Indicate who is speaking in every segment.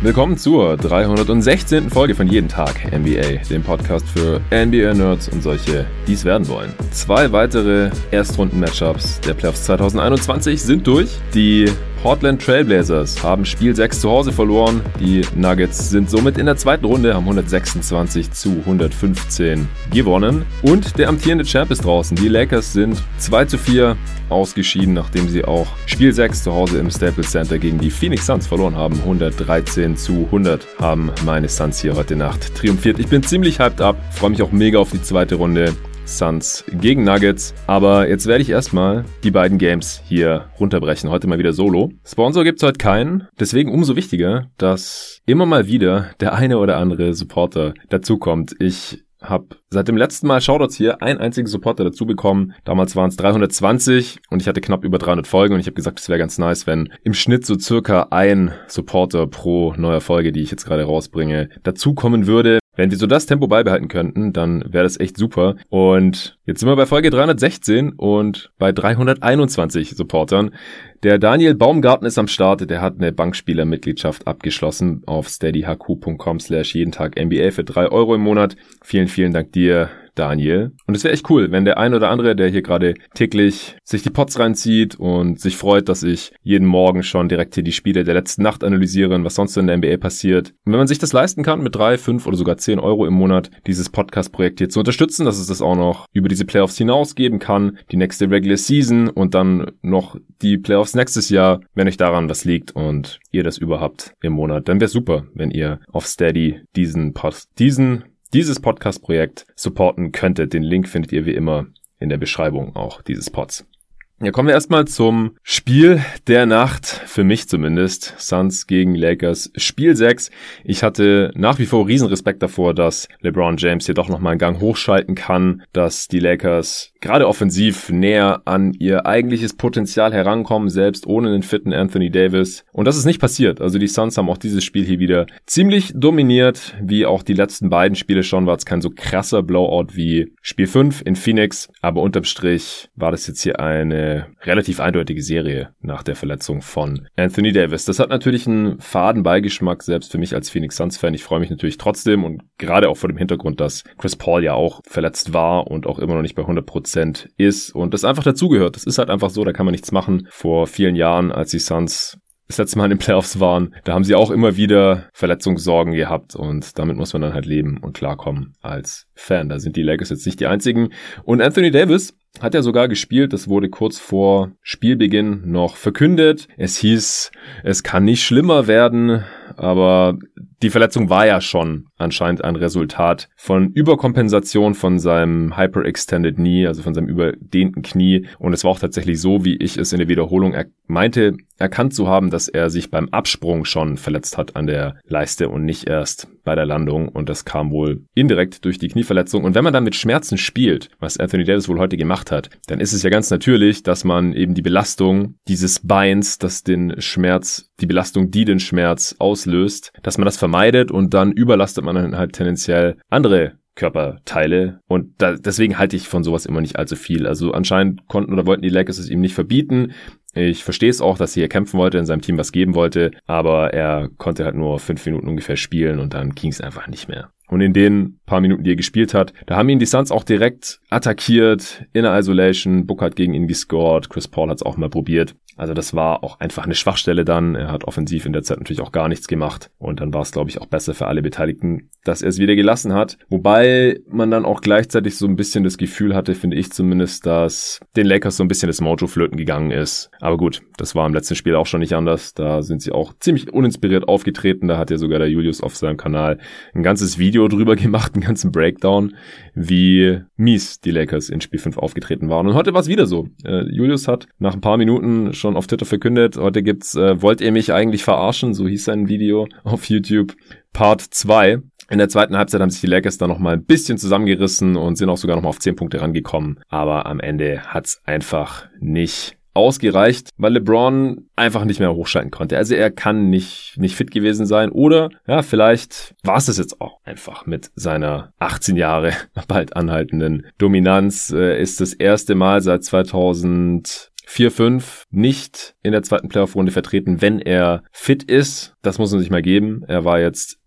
Speaker 1: Willkommen zur 316. Folge von Jeden Tag NBA, dem Podcast für NBA-Nerds und solche, die es werden wollen. 2 weitere Erstrunden-Matchups der Playoffs 2021 sind durch. Die Portland Trailblazers haben Spiel 6 zu Hause verloren. Die Nuggets sind somit in der zweiten Runde, haben 126 zu 115 gewonnen. Und der amtierende Champ ist draußen. Die Lakers sind 2 zu 4 ausgeschieden, nachdem sie auch Spiel 6 zu Hause im Staples Center gegen die Phoenix Suns verloren haben. 113 zu 100 haben meine Suns hier heute Nacht triumphiert. Ich bin ziemlich hyped up, freue mich auch mega auf die zweite Runde. Suns gegen Nuggets. Aber jetzt werde ich erstmal die beiden Games hier runterbrechen. Heute mal wieder solo. Sponsor gibt's heute keinen. Deswegen umso wichtiger, dass immer mal wieder der eine oder andere Supporter dazukommt. Ich habe seit dem letzten Mal Shoutouts hier einen einzigen Supporter dazu bekommen. Damals waren es 320 und ich hatte knapp über 300 Folgen und ich habe gesagt, es wäre ganz nice, wenn im Schnitt so circa ein Supporter pro neuer Folge, die ich jetzt gerade rausbringe, dazukommen würde. Wenn wir so das Tempo beibehalten könnten, dann wäre das echt super. Und jetzt sind wir bei Folge 316 und bei 321 Supportern. Der Daniel Baumgarten ist am Start, der hat eine Bankspielermitgliedschaft abgeschlossen auf steadyhq.com/jedentagNBA für 3 Euro im Monat. Vielen, vielen Dank dir, Daniel. Und es wäre echt cool, wenn der ein oder andere, der hier gerade täglich sich die Pods reinzieht und sich freut, dass ich jeden Morgen schon direkt hier die Spiele der letzten Nacht analysiere und was sonst so in der NBA passiert. Und wenn man sich das leisten kann, mit 3, 5 oder sogar 10 Euro im Monat dieses Podcast-Projekt hier zu unterstützen, dass es das auch noch über diese Playoffs hinaus geben kann, die nächste Regular Season und dann noch die Playoffs nächstes Jahr, wenn euch daran was liegt und ihr das überhaupt im Monat, dann wäre super, wenn ihr auf Steady dieses Podcast-Projekt supporten könntet. Den Link findet ihr wie immer in der Beschreibung auch dieses Pods. Ja, kommen wir erstmal zum Spiel der Nacht, für mich zumindest. Suns gegen Lakers, Spiel 6. Ich hatte nach wie vor riesen Respekt davor, dass LeBron James hier doch nochmal einen Gang hochschalten kann, dass die Lakers gerade offensiv näher an ihr eigentliches Potenzial herankommen, selbst ohne einen fitten Anthony Davis. Und das ist nicht passiert. Also die Suns haben auch dieses Spiel hier wieder ziemlich dominiert, wie auch die letzten beiden Spiele schon. War es kein so krasser Blowout wie Spiel 5 in Phoenix, aber unterm Strich war das jetzt hier eine relativ eindeutige Serie nach der Verletzung von Anthony Davis. Das hat natürlich einen faden Beigeschmack, selbst für mich als Phoenix Suns-Fan. Ich freue mich natürlich trotzdem und gerade auch vor dem Hintergrund, dass Chris Paul ja auch verletzt war und auch immer noch nicht bei 100% ist und das einfach dazugehört. Das ist halt einfach so, da kann man nichts machen. Vor vielen Jahren, als die Suns das letzte Mal in den Playoffs waren, da haben sie auch immer wieder Verletzungssorgen gehabt und damit muss man dann halt leben und klarkommen als Fan. Da sind die Lakers jetzt nicht die einzigen. Und Anthony Davis hat ja sogar gespielt, das wurde kurz vor Spielbeginn noch verkündet. Es hieß, es kann nicht schlimmer werden, aber die Verletzung war ja schon anscheinend ein Resultat von Überkompensation von seinem Hyperextended Knee, also von seinem überdehnten Knie. Und es war auch tatsächlich so, wie ich es in der Wiederholung meinte, erkannt zu haben, dass er sich beim Absprung schon verletzt hat an der Leiste und nicht erst bei der Landung. Und das kam wohl indirekt durch die Knieverletzung. Und wenn man dann mit Schmerzen spielt, was Anthony Davis wohl heute gemacht hat, dann ist es ja ganz natürlich, dass man eben die Belastung dieses Beins, das den Schmerz, die Belastung, die den Schmerz auslöst, dass man das vermeidet und dann überlastet man dann halt tendenziell andere Körperteile und deswegen halte ich von sowas immer nicht allzu viel. Also anscheinend konnten oder wollten die Lakers es ihm nicht verbieten. Ich verstehe es auch, dass er kämpfen wollte, in seinem Team was geben wollte, aber er konnte halt nur 5 Minuten ungefähr spielen und dann ging es einfach nicht mehr. Und in den paar Minuten, die er gespielt hat, da haben ihn die Suns auch direkt attackiert, in der Isolation, Book hat gegen ihn gescored, Chris Paul hat es auch mal probiert. Also das war auch einfach eine Schwachstelle dann. Er hat offensiv in der Zeit natürlich auch gar nichts gemacht. Und dann war es, glaube ich, auch besser für alle Beteiligten, dass er es wieder gelassen hat. Wobei man dann auch gleichzeitig so ein bisschen das Gefühl hatte, finde ich zumindest, dass den Lakers so ein bisschen das Mojo flöten gegangen ist. Aber gut, das war im letzten Spiel auch schon nicht anders. Da sind sie auch ziemlich uninspiriert aufgetreten. Da hat ja sogar der Julius auf seinem Kanal ein ganzes Video drüber gemacht, einen ganzen Breakdown, wie mies die Lakers in Spiel 5 aufgetreten waren. Und heute war es wieder so. Julius hat nach ein paar Minuten schon auf Twitter verkündet, heute gibt's wollt ihr mich eigentlich verarschen? So hieß sein Video auf YouTube. Part 2. In der zweiten Halbzeit haben sich die Lakers dann nochmal ein bisschen zusammengerissen und sind auch sogar nochmal auf 10 Punkte rangekommen. Aber am Ende hat's einfach nicht ausgereicht, weil LeBron einfach nicht mehr hochschalten konnte. Also er kann nicht fit gewesen sein oder ja, vielleicht war es das jetzt auch einfach mit seiner 18 Jahre bald anhaltenden Dominanz. Ist das erste Mal seit 2011 4-5 nicht in der zweiten Playoff-Runde vertreten, wenn er fit ist. Das muss man sich mal geben. Er war jetzt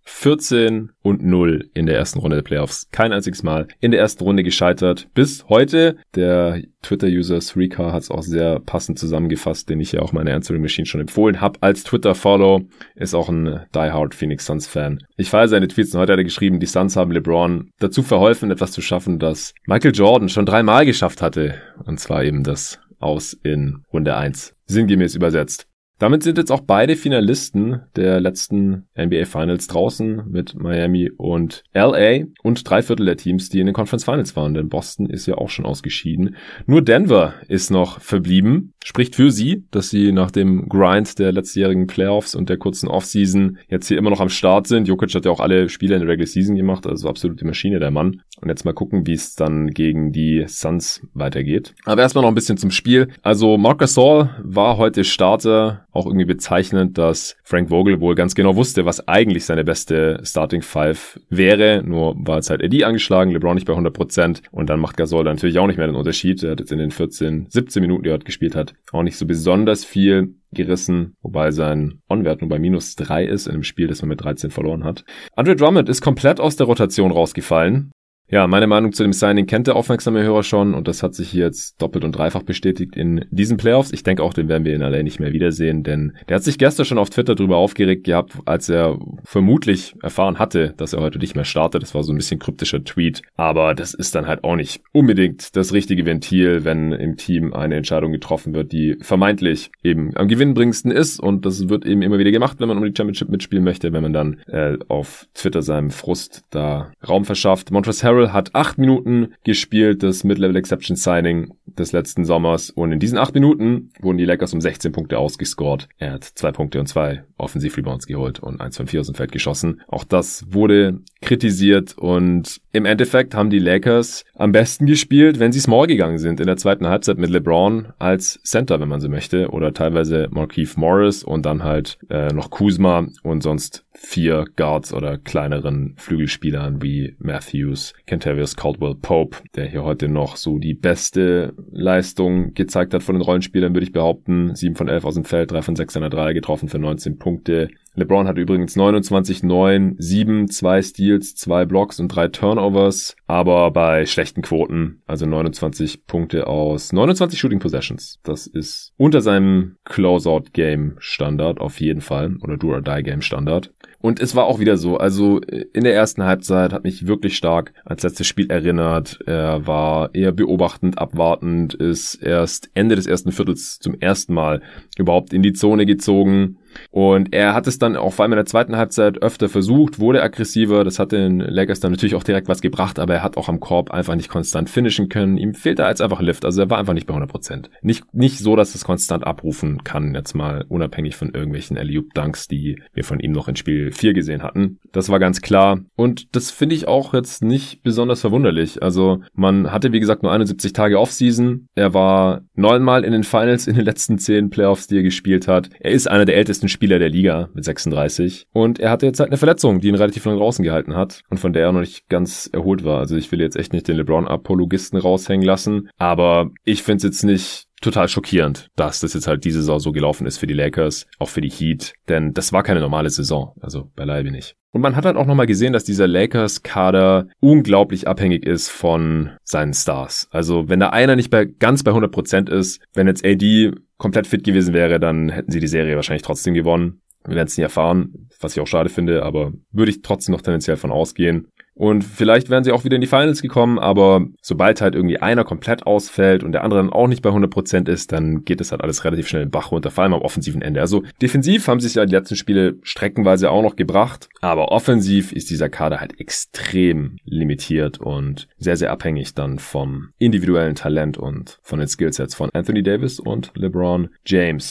Speaker 1: 14-0 in der ersten Runde der Playoffs. Kein einziges Mal in der ersten Runde gescheitert. Bis heute. Der Twitter-User 3Car hat es auch sehr passend zusammengefasst, den ich ja auch meine Answering Machine schon empfohlen habe. Als Twitter-Follow ist auch ein Die-Hard Phoenix Suns-Fan. Ich feiere seine Tweets und heute hat er geschrieben, die Suns haben LeBron dazu verholfen, etwas zu schaffen, das Michael Jordan schon 3 Mal geschafft hatte. Und zwar eben das Aus in Runde 1. Sinngemäß übersetzt. Damit sind jetzt auch beide Finalisten der letzten NBA Finals draußen mit Miami und LA und 3/4 der Teams, die in den Conference Finals waren, denn Boston ist ja auch schon ausgeschieden. Nur Denver ist noch verblieben. Spricht für sie, dass sie nach dem Grind der letztjährigen Playoffs und der kurzen Offseason jetzt hier immer noch am Start sind. Jokic hat ja auch alle Spiele in der Regular Season gemacht, also absolute Maschine, der Mann. Und jetzt mal gucken, wie es dann gegen die Suns weitergeht. Aber erstmal noch ein bisschen zum Spiel. Also Marc Gasol war heute Starter. Auch irgendwie bezeichnend, dass Frank Vogel wohl ganz genau wusste, was eigentlich seine beste Starting Five wäre. Nur war jetzt halt AD angeschlagen, LeBron nicht bei 100% und dann macht Gasol dann natürlich auch nicht mehr den Unterschied. Er hat jetzt in den 17 Minuten, die er heute gespielt hat, auch nicht so besonders viel gerissen, wobei sein On-Wert nur bei -3 ist in einem Spiel, das man mit 13 verloren hat. Andre Drummond ist komplett aus der Rotation rausgefallen. Ja, meine Meinung zu dem Signing kennt der aufmerksame Hörer schon und das hat sich hier jetzt doppelt und dreifach bestätigt in diesen Playoffs. Ich denke auch, den werden wir in LA nicht mehr wiedersehen, denn der hat sich gestern schon auf Twitter drüber aufgeregt gehabt, als er vermutlich erfahren hatte, dass er heute nicht mehr startet. Das war so ein bisschen kryptischer Tweet, aber das ist dann halt auch nicht unbedingt das richtige Ventil, wenn im Team eine Entscheidung getroffen wird, die vermeintlich eben am gewinnbringendsten ist und das wird eben immer wieder gemacht, wenn man um die Championship mitspielen möchte, wenn man dann auf Twitter seinem Frust da Raum verschafft. Montrezl Harrell hat 8 Minuten gespielt, das Mid-Level Exception Signing des letzten Sommers. Und in diesen 8 Minuten wurden die Lakers um 16 Punkte ausgescored. Er hat 2 Punkte und 2 Offensiv-Rebounds geholt und 1 von 4 aus dem Feld geschossen. Auch das wurde kritisiert und im Endeffekt haben die Lakers am besten gespielt, wenn sie small gegangen sind in der zweiten Halbzeit mit LeBron als Center, wenn man so möchte, oder teilweise Markieff Morris und dann halt noch Kuzma und sonst 4 Guards oder kleineren Flügelspielern wie Matthews, Kentavious Caldwell-Pope, der hier heute noch so die beste Leistung gezeigt hat von den Rollenspielern, würde ich behaupten. 7 von 11 aus dem Feld, 3 von 6 an der Dreier getroffen für 19 Punkte. LeBron hat übrigens 29, 9, 7, 2 Steals, 2 Blocks und 3 Turnovers, aber bei schlechten Quoten, also 29 Punkte aus 29 Shooting Possessions. Das ist unter seinem Closeout-Game-Standard auf jeden Fall, oder Do-or-Die-Game-Standard. Und es war auch wieder so, also in der ersten Halbzeit hat mich wirklich stark ans letzte Spiel erinnert. Er war eher beobachtend, abwartend, ist erst Ende des ersten Viertels zum ersten Mal überhaupt in die Zone gezogen. Und er hat es dann auch vor allem in der zweiten Halbzeit öfter versucht, wurde aggressiver. Das hat den Lakers dann natürlich auch direkt was gebracht, aber er hat auch am Korb einfach nicht konstant finishen können. Ihm fehlt da jetzt einfach Lift, also er war einfach nicht bei 100%. Nicht so, dass es konstant abrufen kann, jetzt mal unabhängig von irgendwelchen Alley-Oop-Dunks, die wir von ihm noch in Spiel 4 gesehen hatten. Das war ganz klar und das finde ich auch jetzt nicht besonders verwunderlich. Also man hatte, wie gesagt, nur 71 Tage Offseason. Er war 9-mal in den Finals in den letzten 10 Playoffs, die er gespielt hat. Er ist einer der ältesten Spieler der Liga mit 36 und er hatte jetzt halt eine Verletzung, die ihn relativ lange draußen gehalten hat und von der er noch nicht ganz erholt war. Also ich will jetzt echt nicht den LeBron-Apologisten raushängen lassen, aber ich finde es jetzt nicht total schockierend, dass das jetzt halt diese Saison so gelaufen ist für die Lakers, auch für die Heat, denn das war keine normale Saison, also beileibe nicht. Und man hat halt auch nochmal gesehen, dass dieser Lakers-Kader unglaublich abhängig ist von seinen Stars. Also wenn da einer nicht ganz bei 100% ist, wenn jetzt AD komplett fit gewesen wäre, dann hätten sie die Serie wahrscheinlich trotzdem gewonnen. Wir werden es nie erfahren, was ich auch schade finde, aber würde ich trotzdem noch tendenziell von ausgehen. Und vielleicht wären sie auch wieder in die Finals gekommen, aber sobald halt irgendwie einer komplett ausfällt und der andere dann auch nicht bei 100% ist, dann geht es halt alles relativ schnell den Bach runter, vor allem am offensiven Ende. Also defensiv haben sich ja die letzten Spiele streckenweise auch noch gebracht, aber offensiv ist dieser Kader halt extrem limitiert und sehr, sehr abhängig dann vom individuellen Talent und von den Skillsets von Anthony Davis und LeBron James.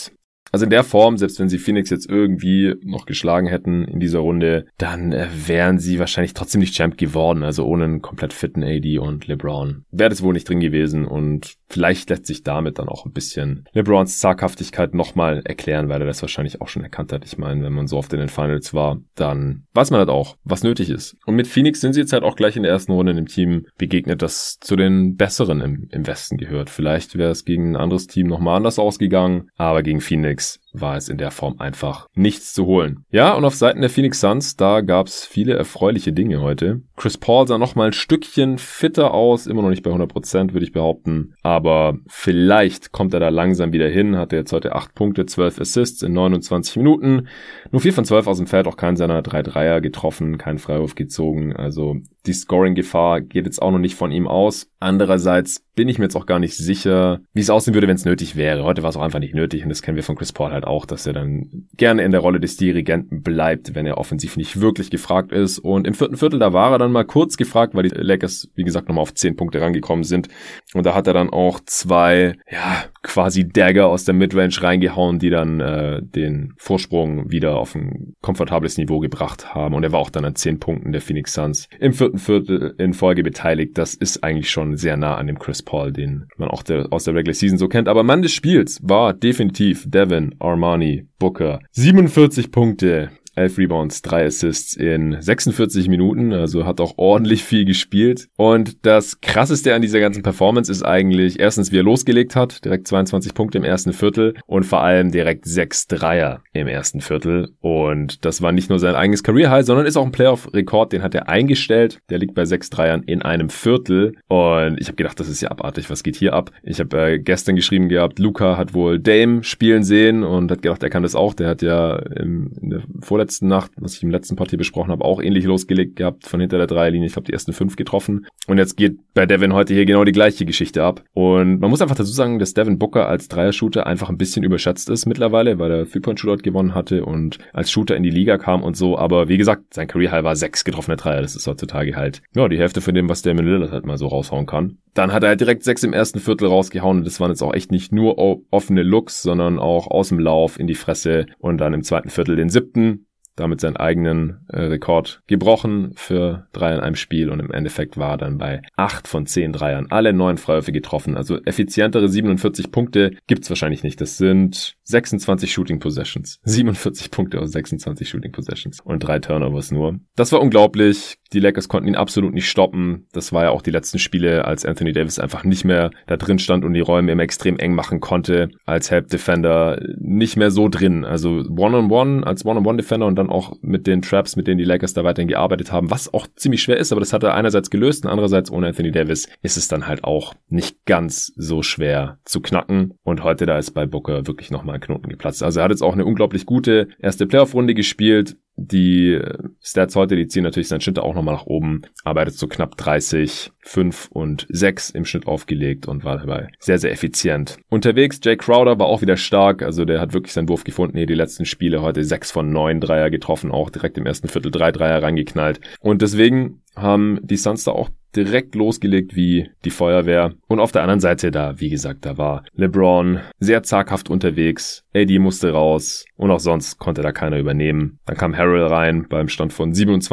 Speaker 1: Also in der Form, selbst wenn sie Phoenix jetzt irgendwie noch geschlagen hätten in dieser Runde, dann wären sie wahrscheinlich trotzdem nicht Champ geworden. Also ohne einen komplett fitten AD und LeBron wäre das wohl nicht drin gewesen. Und vielleicht lässt sich damit dann auch ein bisschen LeBrons Zaghaftigkeit nochmal erklären, weil er das wahrscheinlich auch schon erkannt hat. Ich meine, wenn man so oft in den Finals war, dann weiß man halt auch, was nötig ist. Und mit Phoenix sind sie jetzt halt auch gleich in der ersten Runde in dem Team begegnet, das zu den Besseren im Westen gehört. Vielleicht wäre es gegen ein anderes Team nochmal anders ausgegangen, aber gegen Phoenix war es in der Form einfach nichts zu holen. Ja, und auf Seiten der Phoenix Suns, da gab's viele erfreuliche Dinge heute. Chris Paul sah nochmal ein Stückchen fitter aus, immer noch nicht bei 100%, würde ich behaupten, aber vielleicht kommt er da langsam wieder hin, hatte jetzt heute 8 Punkte, 12 Assists in 29 Minuten, nur 4 von 12 aus dem Feld, auch keinen seiner 3 Dreier getroffen, keinen Freiwurf gezogen, also die Scoring-Gefahr geht jetzt auch noch nicht von ihm aus. Andererseits bin ich mir jetzt auch gar nicht sicher, wie es aussehen würde, wenn es nötig wäre. Heute war es auch einfach nicht nötig und das kennen wir von Chris Paul halt auch, dass er dann gerne in der Rolle des Dirigenten bleibt, wenn er offensiv nicht wirklich gefragt ist. Und im 4. Viertel, da war er dann mal kurz gefragt, weil die Lakers, wie gesagt, nochmal auf 10 Punkte rangekommen sind. Und da hat er dann auch 2, quasi Dagger aus der Midrange reingehauen, die dann den Vorsprung wieder auf ein komfortables Niveau gebracht haben. Und er war auch dann an 10 Punkten der Phoenix Suns im 4. Viertel in Folge beteiligt. Das ist eigentlich schon sehr nah an dem Chris Paul, den man auch aus der Regular Season so kennt. Aber Mann des Spiels war definitiv Devin Armani Booker. 47 Punkte. 11 Rebounds, 3 Assists in 46 Minuten, also hat auch ordentlich viel gespielt. Und das Krasseste an dieser ganzen Performance ist eigentlich erstens, wie er losgelegt hat, direkt 22 Punkte im ersten Viertel und vor allem direkt 6 Dreier im ersten Viertel. Und das war nicht nur sein eigenes Career-High, sondern ist auch ein Playoff-Rekord, den hat er eingestellt. Der liegt bei 6 Dreiern in einem Viertel. Und ich habe gedacht, das ist ja abartig, was geht hier ab? Ich habe gestern geschrieben gehabt, Luka hat wohl Dame spielen sehen und hat gedacht, er kann das auch. Der hat ja in der vorletzten Nacht, was ich im letzten Part hier besprochen habe, auch ähnlich losgelegt gehabt, von hinter der Dreierlinie, ich glaube die ersten 5 getroffen. Und jetzt geht bei Devin heute hier genau die gleiche Geschichte ab. Und man muss einfach dazu sagen, dass Devin Booker als Dreier-Shooter einfach ein bisschen überschätzt ist mittlerweile, weil er 3-Point-Shootout gewonnen hatte und als Shooter in die Liga kam und so. Aber wie gesagt, sein Career-High war 6 getroffene Dreier. Das ist heutzutage halt, die Hälfte von dem, was Damian Lillard halt mal so raushauen kann. Dann hat er halt direkt 6 im ersten Viertel rausgehauen und das waren jetzt auch echt nicht nur offene Looks, sondern auch aus dem Lauf in die Fresse und dann im zweiten Viertel den 7. damit seinen eigenen Rekord gebrochen für Dreier in einem Spiel und im Endeffekt war er dann bei 8 von 10 Dreiern, alle 9 Freiwürfe getroffen, also effizientere 47 Punkte gibt's wahrscheinlich nicht, das sind 26 Shooting Possessions, 47 Punkte aus 26 Shooting Possessions und 3 Turnovers nur. Das war unglaublich, die Lakers konnten ihn absolut nicht stoppen, das war ja auch die letzten Spiele, als Anthony Davis einfach nicht mehr da drin stand und die Räume immer extrem eng machen konnte, als Help Defender nicht mehr so drin, also als One-on-One-Defender und dann auch mit den Traps, mit denen die Lakers da weiterhin gearbeitet haben, was auch ziemlich schwer ist, aber das hat er einerseits gelöst und andererseits ohne Anthony Davis ist es dann halt auch nicht ganz so schwer zu knacken und heute da ist bei Booker wirklich nochmal ein Knoten geplatzt. Also er hat jetzt auch eine unglaublich gute erste Playoff-Runde gespielt. Die Stats heute, die ziehen natürlich seinen Schnitt auch nochmal nach oben, aber er hat jetzt so knapp 30, 5 und 6 im Schnitt aufgelegt und war dabei sehr, sehr effizient. Unterwegs, Jay Crowder war auch wieder stark, also der hat wirklich seinen Wurf gefunden hier die letzten Spiele, heute 6 von 9 Dreier getroffen, auch direkt im ersten Viertel 3 Dreier reingeknallt und deswegen haben die Suns da auch direkt losgelegt wie die Feuerwehr. Und auf der anderen Seite da, wie gesagt, da war LeBron sehr zaghaft unterwegs. AD musste raus und auch sonst konnte da keiner übernehmen. Dann kam Harrell rein beim Stand von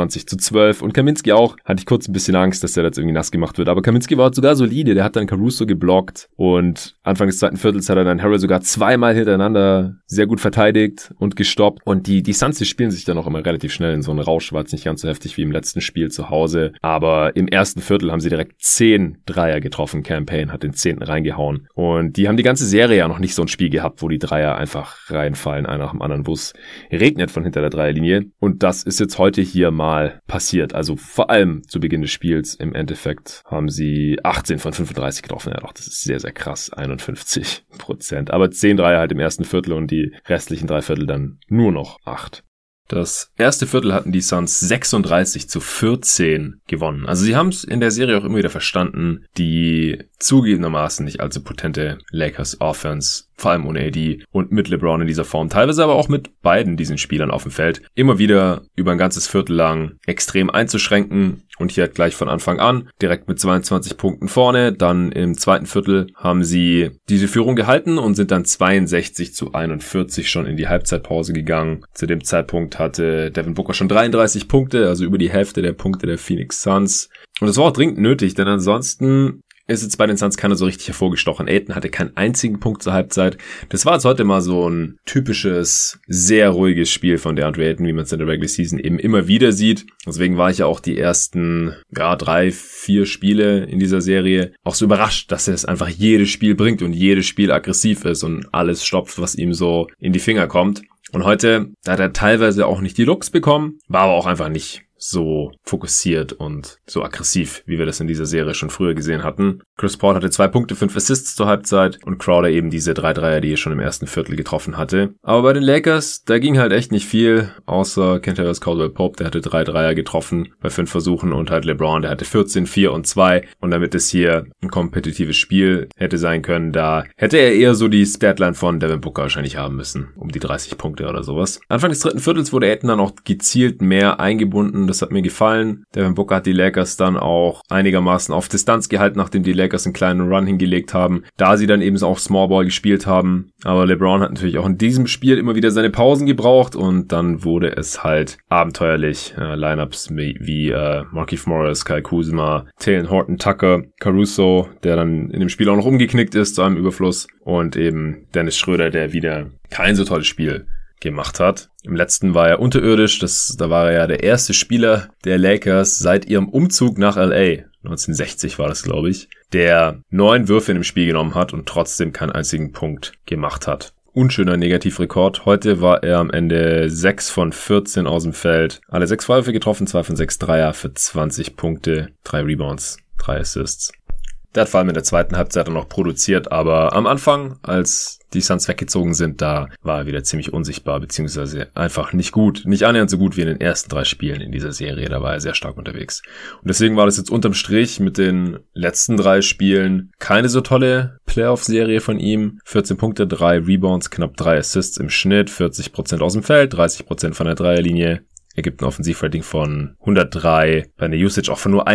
Speaker 1: 27-12 und Kaminsky auch. Hatte ich kurz ein bisschen Angst, dass der jetzt irgendwie nass gemacht wird. Aber Kaminsky war sogar solide. Der hat dann Caruso geblockt und Anfang des zweiten Viertels hat er dann Harrell sogar 2-mal hintereinander sehr gut verteidigt und gestoppt. Und die Suns, die spielen sich dann auch immer relativ schnell in so einen Rausch. War jetzt nicht ganz so heftig wie im letzten Spiel zu Hause. Aber im ersten Viertel haben sie direkt 10 Dreier getroffen. Cam Payne hat den 10. reingehauen. Und die haben die ganze Serie ja noch nicht so ein Spiel gehabt, wo die Dreier einfach reinfallen, einer nach dem anderen, wo es regnet von hinter der Dreierlinie. Und das ist jetzt heute hier mal passiert. Also vor allem zu Beginn des Spiels. Im Endeffekt haben sie 18 von 35 getroffen. Ja doch, das ist sehr, sehr krass. 51%. Aber 10 Dreier halt im ersten Viertel und die restlichen 3 Viertel dann nur noch 8. Das erste Viertel hatten die Suns 36-14 gewonnen. Also sie haben es in der Serie auch immer wieder verstanden, die zugegebenermaßen nicht allzu potente Lakers Offense, vor allem ohne AD und mit LeBron in dieser Form, teilweise aber auch mit beiden diesen Spielern auf dem Feld, immer wieder über ein ganzes Viertel lang extrem einzuschränken. Und hier halt gleich von Anfang an, direkt mit 22 Punkten vorne. Dann im zweiten Viertel haben sie diese Führung gehalten und sind dann 62-41 schon in die Halbzeitpause gegangen. Zu dem Zeitpunkt hatte Devin Booker schon 33 Punkte, also über die Hälfte der Punkte der Phoenix Suns. Und das war auch dringend nötig, denn ansonsten ist jetzt bei den Suns keiner so richtig hervorgestochen. Ayton hatte keinen einzigen Punkt zur Halbzeit. Das war jetzt heute mal so ein typisches, sehr ruhiges Spiel von DeAndre Ayton, wie man es in der Regular Season eben immer wieder sieht. Deswegen war ich ja auch die ersten 3-4 Spiele in dieser Serie auch so überrascht, dass er es einfach jedes Spiel bringt und jedes Spiel aggressiv ist und alles stopft, was ihm so in die Finger kommt. Und heute, da hat er teilweise auch nicht die Looks bekommen, war aber auch einfach nicht so fokussiert und so aggressiv, wie wir das in dieser Serie schon früher gesehen hatten. Chris Paul hatte 2 Punkte, 5 Assists zur Halbzeit und Crowder eben diese 3 Dreier, die er schon im ersten Viertel getroffen hatte. Aber bei den Lakers, da ging halt echt nicht viel, außer Kentavious Caldwell-Pope, der hatte 3 Dreier getroffen bei 5 Versuchen und halt LeBron, der hatte 14, 4 und 2 und damit es hier ein kompetitives Spiel hätte sein können, da hätte er eher so die Statline von Devin Booker wahrscheinlich haben müssen, um die 30 Punkte oder sowas. Anfang des dritten Viertels wurde Ayton dann auch gezielt mehr eingebunden, das hat mir gefallen. Devin Booker hat die Lakers dann auch einigermaßen auf Distanz gehalten, nachdem die Lakers einen kleinen Run hingelegt haben, da sie dann eben auch Small Ball gespielt haben. Aber LeBron hat natürlich auch in diesem Spiel immer wieder seine Pausen gebraucht und dann wurde es halt abenteuerlich. Lineups wie Markieff Morris, Kyle Kuzma, Talen Horton Tucker, Caruso, der dann in dem Spiel auch noch umgeknickt ist zu einem Überfluss und eben Dennis Schröder, der wieder kein so tolles Spiel gemacht hat. Im letzten war er unterirdisch, da war er ja der erste Spieler der Lakers seit ihrem Umzug nach LA, 1960 war das, glaube ich, der 9 Würfe in dem Spiel genommen hat und trotzdem keinen einzigen Punkt gemacht hat. Unschöner Negativrekord. Heute war er am Ende 6 von 14 aus dem Feld. Alle 6 Würfe getroffen, 2 von 6 Dreier für 20 Punkte, 3 Rebounds, 3 Assists. Der hat vor allem in der zweiten Halbzeit noch produziert, aber am Anfang, als die Suns weggezogen sind, da war er wieder ziemlich unsichtbar, beziehungsweise einfach nicht gut. Nicht annähernd so gut wie in den ersten 3 Spielen in dieser Serie, da war er sehr stark unterwegs. Und deswegen war das jetzt unterm Strich mit den letzten 3 Spielen keine so tolle Playoff-Serie von ihm. 14 Punkte, 3 Rebounds, knapp 3 Assists im Schnitt, 40% aus dem Feld, 30% von der Dreierlinie. Ergibt ein Offensivrating von 103, bei einer Usage auch von nur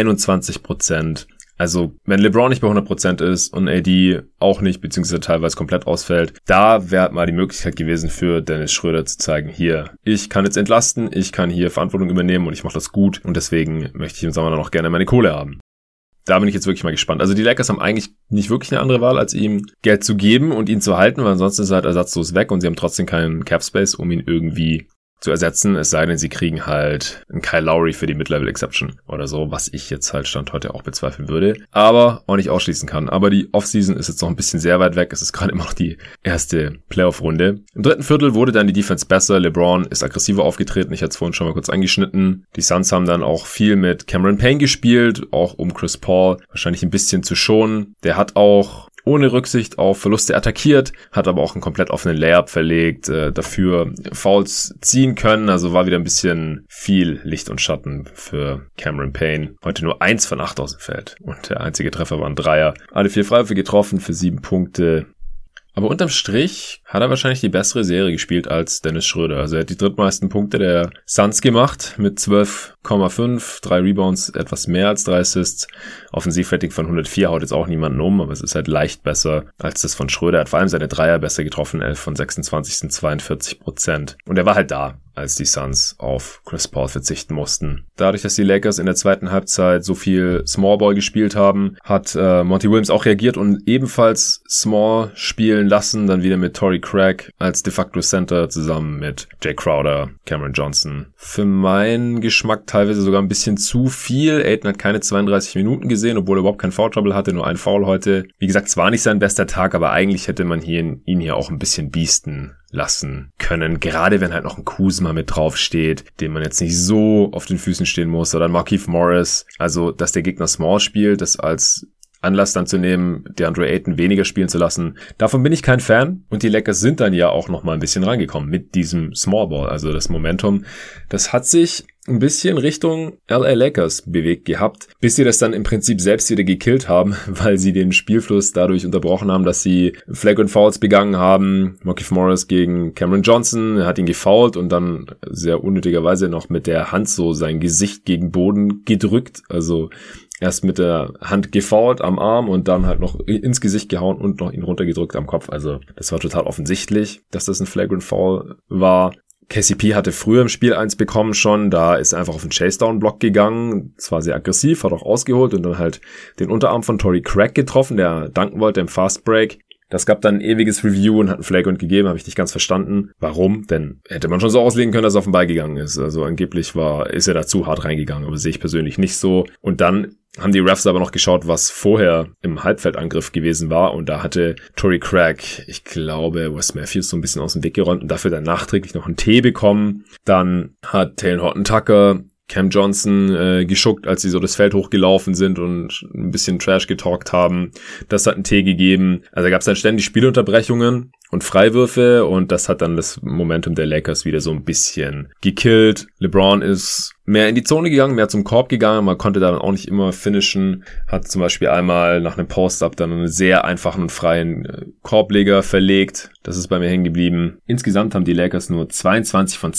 Speaker 1: 21%. Also, wenn LeBron nicht bei 100% ist und AD auch nicht, beziehungsweise teilweise komplett ausfällt, da wäre mal die Möglichkeit gewesen für Dennis Schröder zu zeigen, hier, ich kann jetzt entlasten, ich kann hier Verantwortung übernehmen und ich mache das gut und deswegen möchte ich im Sommer dann auch gerne meine Kohle haben. Da bin ich jetzt wirklich mal gespannt. Also die Lakers haben eigentlich nicht wirklich eine andere Wahl, als ihm Geld zu geben und ihn zu halten, weil ansonsten ist er halt ersatzlos weg und sie haben trotzdem keinen Cap-Space, um ihn irgendwie zu ersetzen, es sei denn, sie kriegen halt einen Kyle Lowry für die Mid-Level-Exception oder so, was ich jetzt halt Stand heute auch bezweifeln würde, aber auch nicht ausschließen kann. Aber die Offseason ist jetzt noch ein bisschen sehr weit weg, es ist gerade immer noch die erste Playoff-Runde. Im dritten Viertel wurde dann die Defense besser, LeBron ist aggressiver aufgetreten, ich hatte es vorhin schon mal kurz angeschnitten. Die Suns haben dann auch viel mit Cameron Payne gespielt, auch um Chris Paul wahrscheinlich ein bisschen zu schonen. Der hat auch ohne Rücksicht auf Verluste attackiert, hat aber auch einen komplett offenen Layup verlegt, dafür Fouls ziehen können, also war wieder ein bisschen viel Licht und Schatten für Cameron Payne. Heute nur 1 von 8 aus dem Feld und der einzige Treffer war ein Dreier. Alle 4 Freiwürfe getroffen für 7 Punkte. Aber unterm Strich hat er wahrscheinlich die bessere Serie gespielt als Dennis Schröder. Also er hat die drittmeisten Punkte der Suns gemacht mit 12,5, 3 Rebounds, etwas mehr als 3 Assists. Offensivrating von 104 haut jetzt auch niemanden um, aber es ist halt leicht besser als das von Schröder. Er hat vor allem seine Dreier besser getroffen, 11 von 26 sind 42%. Und er war halt da, als die Suns auf Chris Paul verzichten mussten. Dadurch, dass die Lakers in der zweiten Halbzeit so viel Small Ball gespielt haben, hat Monty Williams auch reagiert und ebenfalls Small spielen lassen, dann wieder mit Torrey Craig als de facto Center zusammen mit Jay Crowder, Cameron Johnson. Für meinen Geschmack teilweise sogar ein bisschen zu viel. Ayton hat keine 32 Minuten gesehen, obwohl er überhaupt kein Foul Trouble hatte, nur ein Foul heute. Wie gesagt, es war nicht sein bester Tag, aber eigentlich hätte man ihn hier auch ein bisschen beasten lassen können, gerade wenn halt noch ein Kuzma mit drauf steht, den man jetzt nicht so auf den Füßen stehen muss, oder ein Markieff Morris, also dass der Gegner Small spielt, das als Anlass dann zu nehmen, DeAndre Ayton weniger spielen zu lassen. Davon bin ich kein Fan und die Lakers sind dann ja auch noch mal ein bisschen reingekommen mit diesem Small Ball, also das Momentum, das hat sich ein bisschen Richtung LA Lakers bewegt gehabt, bis sie das dann im Prinzip selbst wieder gekillt haben, weil sie den Spielfluss dadurch unterbrochen haben, dass sie Flagrant Fouls begangen haben. Markieff Morris gegen Cameron Johnson, er hat ihn gefoult und dann sehr unnötigerweise noch mit der Hand so sein Gesicht gegen Boden gedrückt, also erst mit der Hand gefoult am Arm und dann halt noch ins Gesicht gehauen und noch ihn runtergedrückt am Kopf. Also das war total offensichtlich, dass das ein Flagrant Foul war. KCP hatte früher im Spiel 1 bekommen schon, da ist er einfach auf den Chase-Down-Block gegangen, zwar sehr aggressiv, hat auch ausgeholt und dann halt den Unterarm von Torrey Craig getroffen, der danken wollte im Fast Break. Das gab dann ein ewiges Review und hat einen Flagrant gegeben, habe ich nicht ganz verstanden. Warum? Denn hätte man schon so auslegen können, dass er auf den Ball gegangen ist. Also angeblich ist er da zu hart reingegangen, aber sehe ich persönlich nicht so. Und dann haben die Refs aber noch geschaut, was vorher im Halbfeldangriff gewesen war. Und da hatte Torrey Craig, ich glaube, Wes Matthews so ein bisschen aus dem Weg geräumt und dafür dann nachträglich noch einen Tee bekommen. Dann hat Taylor Horton-Tucker Cam Johnson geschuckt, als sie so das Feld hochgelaufen sind und ein bisschen Trash getalkt haben. Das hat einen Tee gegeben. Also da gab es dann ständig Spielunterbrechungen und Freiwürfe und das hat dann das Momentum der Lakers wieder so ein bisschen gekillt. LeBron ist mehr in die Zone gegangen, mehr zum Korb gegangen. Man konnte da dann auch nicht immer finishen. Hat zum Beispiel einmal nach einem Post-Up dann einen sehr einfachen und freien Korbleger verlegt. Das ist bei mir hängen geblieben. Insgesamt haben die Lakers nur 22 von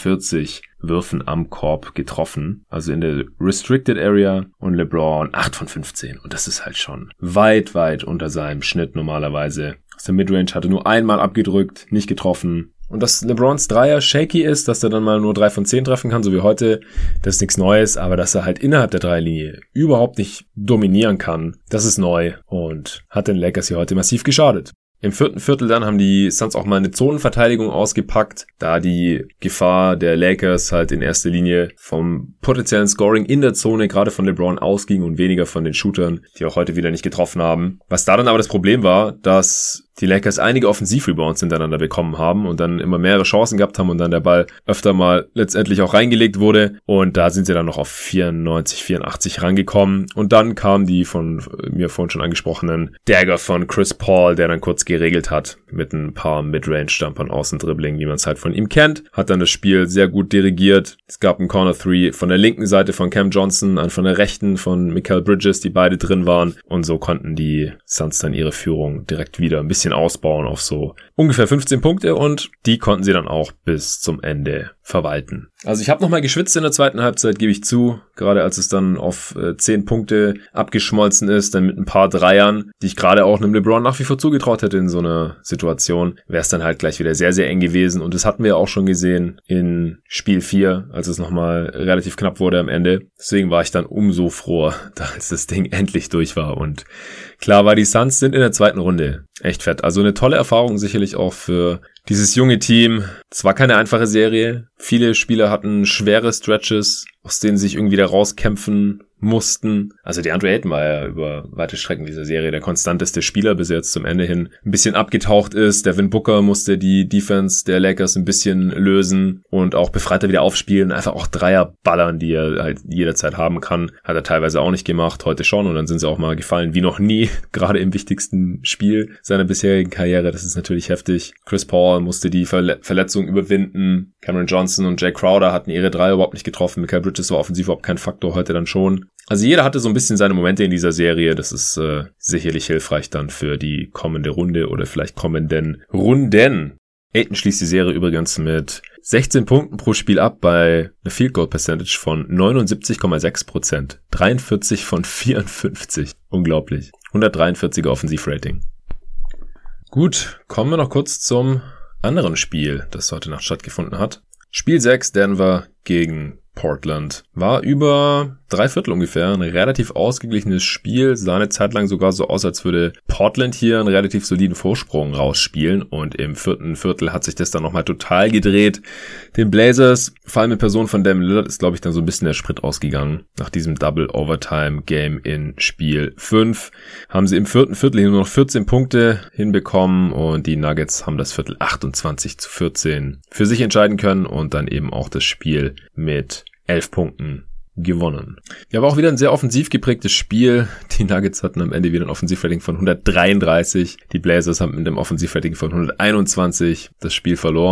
Speaker 1: 42 Würfen am Korb getroffen, also in der Restricted Area, und LeBron 8 von 15 und das ist halt schon weit, weit unter seinem Schnitt normalerweise. Aus der Midrange hatte nur einmal abgedrückt, nicht getroffen. Und dass LeBrons Dreier shaky ist, dass er dann mal nur 3 von 10 treffen kann, so wie heute, das ist nichts Neues, aber dass er halt innerhalb der Dreierlinie überhaupt nicht dominieren kann, das ist neu und hat den Lakers hier heute massiv geschadet. Im vierten Viertel dann haben die Suns auch mal eine Zonenverteidigung ausgepackt, da die Gefahr der Lakers halt in erster Linie vom potenziellen Scoring in der Zone gerade von LeBron ausging und weniger von den Shootern, die auch heute wieder nicht getroffen haben. Was da dann aber das Problem war, dass die Lakers einige Offensivrebounds hintereinander bekommen haben und dann immer mehrere Chancen gehabt haben und dann der Ball öfter mal letztendlich auch reingelegt wurde und da sind sie dann noch auf 94, 84 rangekommen und dann kam die von mir vorhin schon angesprochenen Dagger von Chris Paul, der dann kurz geregelt hat mit ein paar Midrange-Jumpern, Außendribbling, wie man es halt von ihm kennt, hat dann das Spiel sehr gut dirigiert. Es gab einen Corner 3 von der linken Seite von Cam Johnson, einen von der rechten von Mikal Bridges, die beide drin waren und so konnten die Suns dann ihre Führung direkt wieder ein bisschen ausbauen auf so ungefähr 15 Punkte und die konnten sie dann auch bis zum Ende verwalten. Also ich habe nochmal geschwitzt in der zweiten Halbzeit, gebe ich zu, gerade als es dann auf 10 Punkte abgeschmolzen ist, dann mit ein paar Dreiern, die ich gerade auch einem LeBron nach wie vor zugetraut hätte in so einer Situation, wäre es dann halt gleich wieder sehr, sehr eng gewesen und das hatten wir auch schon gesehen in Spiel 4, als es nochmal relativ knapp wurde am Ende. Deswegen war ich dann umso froher, als das Ding endlich durch war und klar war, die Suns sind in der zweiten Runde echt fett. Also eine tolle Erfahrung sicherlich auch für dieses junge Team. Es war keine einfache Serie. Viele Spieler hatten schwere Stretches, aus denen sie sich irgendwie da rauskämpfen mussten. Also DeAndre Ayton war ja über weite Strecken dieser Serie der konstanteste Spieler, bis er jetzt zum Ende hin ein bisschen abgetaucht ist. Devin Booker musste die Defense der Lakers ein bisschen lösen und auch befreiter wieder aufspielen. Einfach auch Dreier ballern, die er halt jederzeit haben kann. Hat er teilweise auch nicht gemacht, heute schon. Und dann sind sie auch mal gefallen wie noch nie, gerade im wichtigsten Spiel seiner bisherigen Karriere. Das ist natürlich heftig. Chris Paul musste die Verletzung überwinden. Cameron Johnson und Jay Crowder hatten ihre Dreier überhaupt nicht getroffen. Mikal Bridges war offensiv überhaupt kein Faktor, heute dann schon. Also jeder hatte so ein bisschen seine Momente in dieser Serie. Das ist sicherlich hilfreich dann für die kommende Runde oder vielleicht kommenden Runden. Ayton schließt die Serie übrigens mit 16 Punkten pro Spiel ab bei einer Field Goal Percentage von 79,6%. 43 von 54. Unglaublich. 143er Offensivrating. Gut, kommen wir noch kurz zum anderen Spiel, das heute Nacht stattgefunden hat. Spiel 6, Denver gegen Portland. War über 3/4 ungefähr ein relativ ausgeglichenes Spiel. Sah eine Zeit lang sogar so aus, als würde Portland hier einen relativ soliden Vorsprung rausspielen. Und im vierten Viertel hat sich das dann nochmal total gedreht. Den Blazers, vor allem in Person von Damian Lillard, ist, glaube ich, dann so ein bisschen der Sprit ausgegangen. Nach diesem Double-Overtime-Game in Spiel 5 haben sie im vierten Viertel nur noch 14 Punkte hinbekommen. Und die Nuggets haben das Viertel 28-14 für sich entscheiden können und dann eben auch das Spiel mit 11 Punkten gewonnen. Ja, war auch wieder ein sehr offensiv geprägtes Spiel. Die Nuggets hatten am Ende wieder ein Offensivrating von 133. Die Blazers haben mit einem Offensivrating von 121 das Spiel verloren.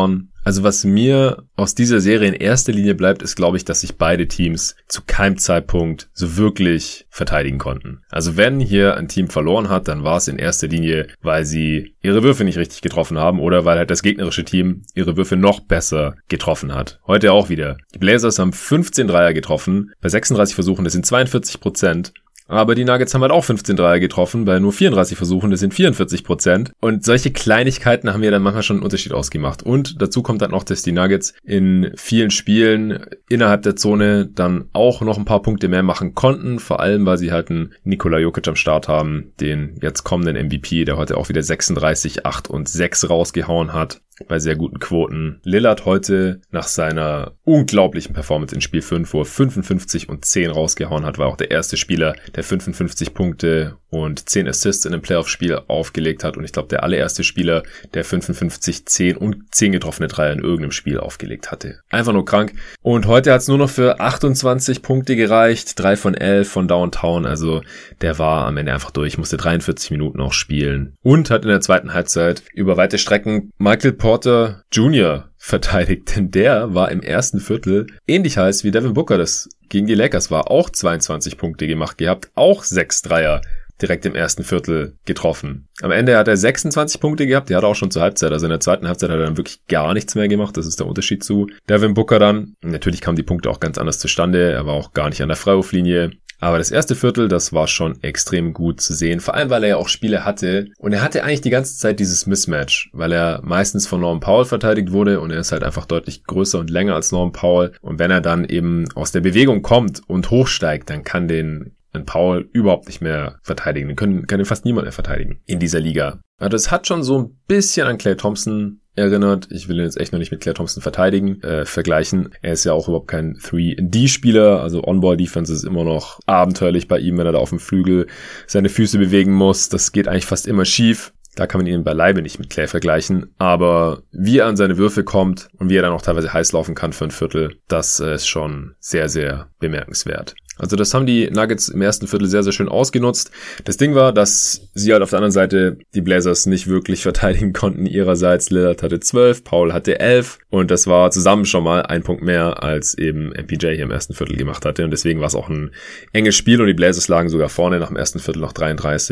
Speaker 1: Also was mir aus dieser Serie in erster Linie bleibt, ist, glaube ich, dass sich beide Teams zu keinem Zeitpunkt so wirklich verteidigen konnten. Also wenn hier ein Team verloren hat, dann war es in erster Linie, weil sie ihre Würfe nicht richtig getroffen haben oder weil halt das gegnerische Team ihre Würfe noch besser getroffen hat. Heute auch wieder. Die Blazers haben 15 Dreier getroffen, bei 36 Versuchen, das sind 42%. Aber die Nuggets haben halt auch 15 Dreier getroffen, bei nur 34 Versuchen, das sind 44%. Und solche Kleinigkeiten haben ja dann manchmal schon einen Unterschied ausgemacht. Und dazu kommt dann noch, dass die Nuggets in vielen Spielen innerhalb der Zone dann auch noch ein paar Punkte mehr machen konnten. Vor allem, weil sie halt einen Nikola Jokic am Start haben, den jetzt kommenden MVP, der heute auch wieder 36, 8 und 6 rausgehauen hat. Bei sehr guten Quoten. Lillard heute nach seiner unglaublichen Performance in Spiel 5, wo er 55 und 10 rausgehauen hat, war auch der erste Spieler, der 55 Punkte und 10 Assists in einem Playoff-Spiel aufgelegt hat. Und ich glaube, der allererste Spieler, der 55, 10 und 10 getroffene Dreier in irgendeinem Spiel aufgelegt hatte. Einfach nur krank. Und heute hat es nur noch für 28 Punkte gereicht. 3 von 11 von Downtown. Also der war am Ende einfach durch. Musste 43 Minuten auch spielen. Und hat in der zweiten Halbzeit über weite Strecken Michael Porter Jr. verteidigt, denn der war im ersten Viertel ähnlich heiß wie Devin Booker, das gegen die Lakers war. Auch 22 Punkte gemacht gehabt, auch 6 Dreier direkt im ersten Viertel getroffen. Am Ende hat er 26 Punkte gehabt, die hat er auch schon zur Halbzeit, also in der zweiten Halbzeit hat er dann wirklich gar nichts mehr gemacht, das ist der Unterschied zu Devin Booker dann. Natürlich kamen die Punkte auch ganz anders zustande, er war auch gar nicht an der Freiwurflinie. Aber das erste Viertel, das war schon extrem gut zu sehen. Vor allem, weil er ja auch Spiele hatte. Und er hatte eigentlich die ganze Zeit dieses Mismatch, weil er meistens von Norman Powell verteidigt wurde und er ist halt einfach deutlich größer und länger als Norman Powell. Und wenn er dann eben aus der Bewegung kommt und hochsteigt, dann kann den Powell überhaupt nicht mehr verteidigen. Kann den fast niemand mehr verteidigen in dieser Liga. Also das hat schon so ein bisschen an Klay Thompson erinnert. Ich will ihn jetzt echt noch nicht mit Klay Thompson vergleichen. Er ist ja auch überhaupt kein 3D-Spieler, also On-Ball-Defense ist immer noch abenteuerlich bei ihm, wenn er da auf dem Flügel seine Füße bewegen muss. Das geht eigentlich fast immer schief. Da kann man ihn beileibe nicht mit Klay vergleichen. Aber wie er an seine Würfe kommt und wie er dann auch teilweise heiß laufen kann für ein Viertel, das ist schon sehr, sehr bemerkenswert. Also das haben die Nuggets im ersten Viertel sehr, sehr schön ausgenutzt. Das Ding war, dass sie halt auf der anderen Seite die Blazers nicht wirklich verteidigen konnten ihrerseits. Lillard hatte 12, Powell hatte 11 und das war zusammen schon mal ein Punkt mehr, als eben MPJ hier im ersten Viertel gemacht hatte. Und deswegen war es auch ein enges Spiel und die Blazers lagen sogar vorne nach dem ersten Viertel noch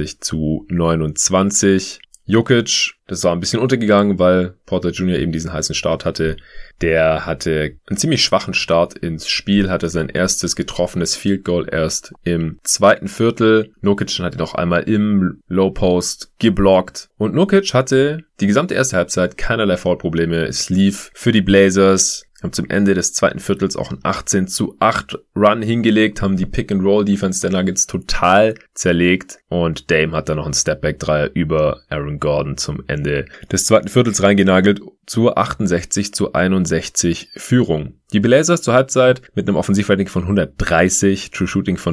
Speaker 1: 33-29. Jokic, das war ein bisschen untergegangen, weil Porter Jr. eben diesen heißen Start hatte. Der hatte einen ziemlich schwachen Start ins Spiel, hatte sein erstes getroffenes Field Goal erst im zweiten Viertel. Nurkic hat ihn auch einmal im Low Post geblockt. Und Nurkic hatte die gesamte erste Halbzeit keinerlei Foul-Probleme. Es lief für die Blazers. Haben zum Ende des zweiten Viertels auch einen 18-8 Run hingelegt, haben die Pick-and-Roll-Defense der Nuggets total zerlegt und Dame hat dann noch einen Stepback-Dreier über Aaron Gordon zum Ende des zweiten Viertels reingenagelt zur 68-61 Führung. Die Blazers zur Halbzeit mit einem Offensivrating von 130, True Shooting von